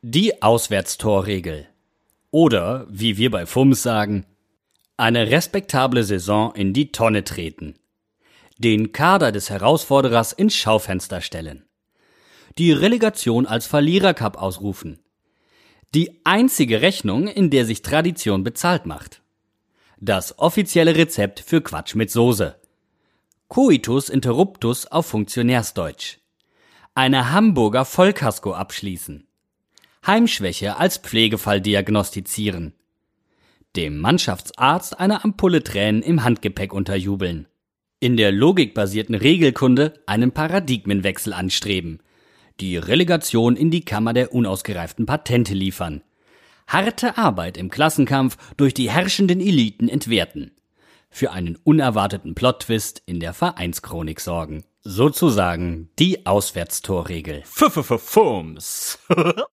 Die Auswärtstorregel. Oder, wie wir bei FUMS sagen, eine respektable Saison in die Tonne treten. Den Kader des Herausforderers ins Schaufenster stellen. Die Relegation als Verlierercup ausrufen. Die einzige Rechnung, in der sich Tradition bezahlt macht. Das offizielle Rezept für Quatsch mit Soße. Coitus interruptus auf Funktionärsdeutsch. Eine Hamburger Vollkasko abschließen. Heimschwäche als Pflegefall diagnostizieren. Dem Mannschaftsarzt eine Ampulle Tränen im Handgepäck unterjubeln. In der logikbasierten Regelkunde einen Paradigmenwechsel anstreben. Die Relegation in die Kammer der unausgereiften Patente liefern. Harte Arbeit im Klassenkampf durch die herrschenden Eliten entwerten. Für einen unerwarteten Plot-Twist in der Vereinschronik sorgen. Sozusagen die Auswärtstorregel. FUMS.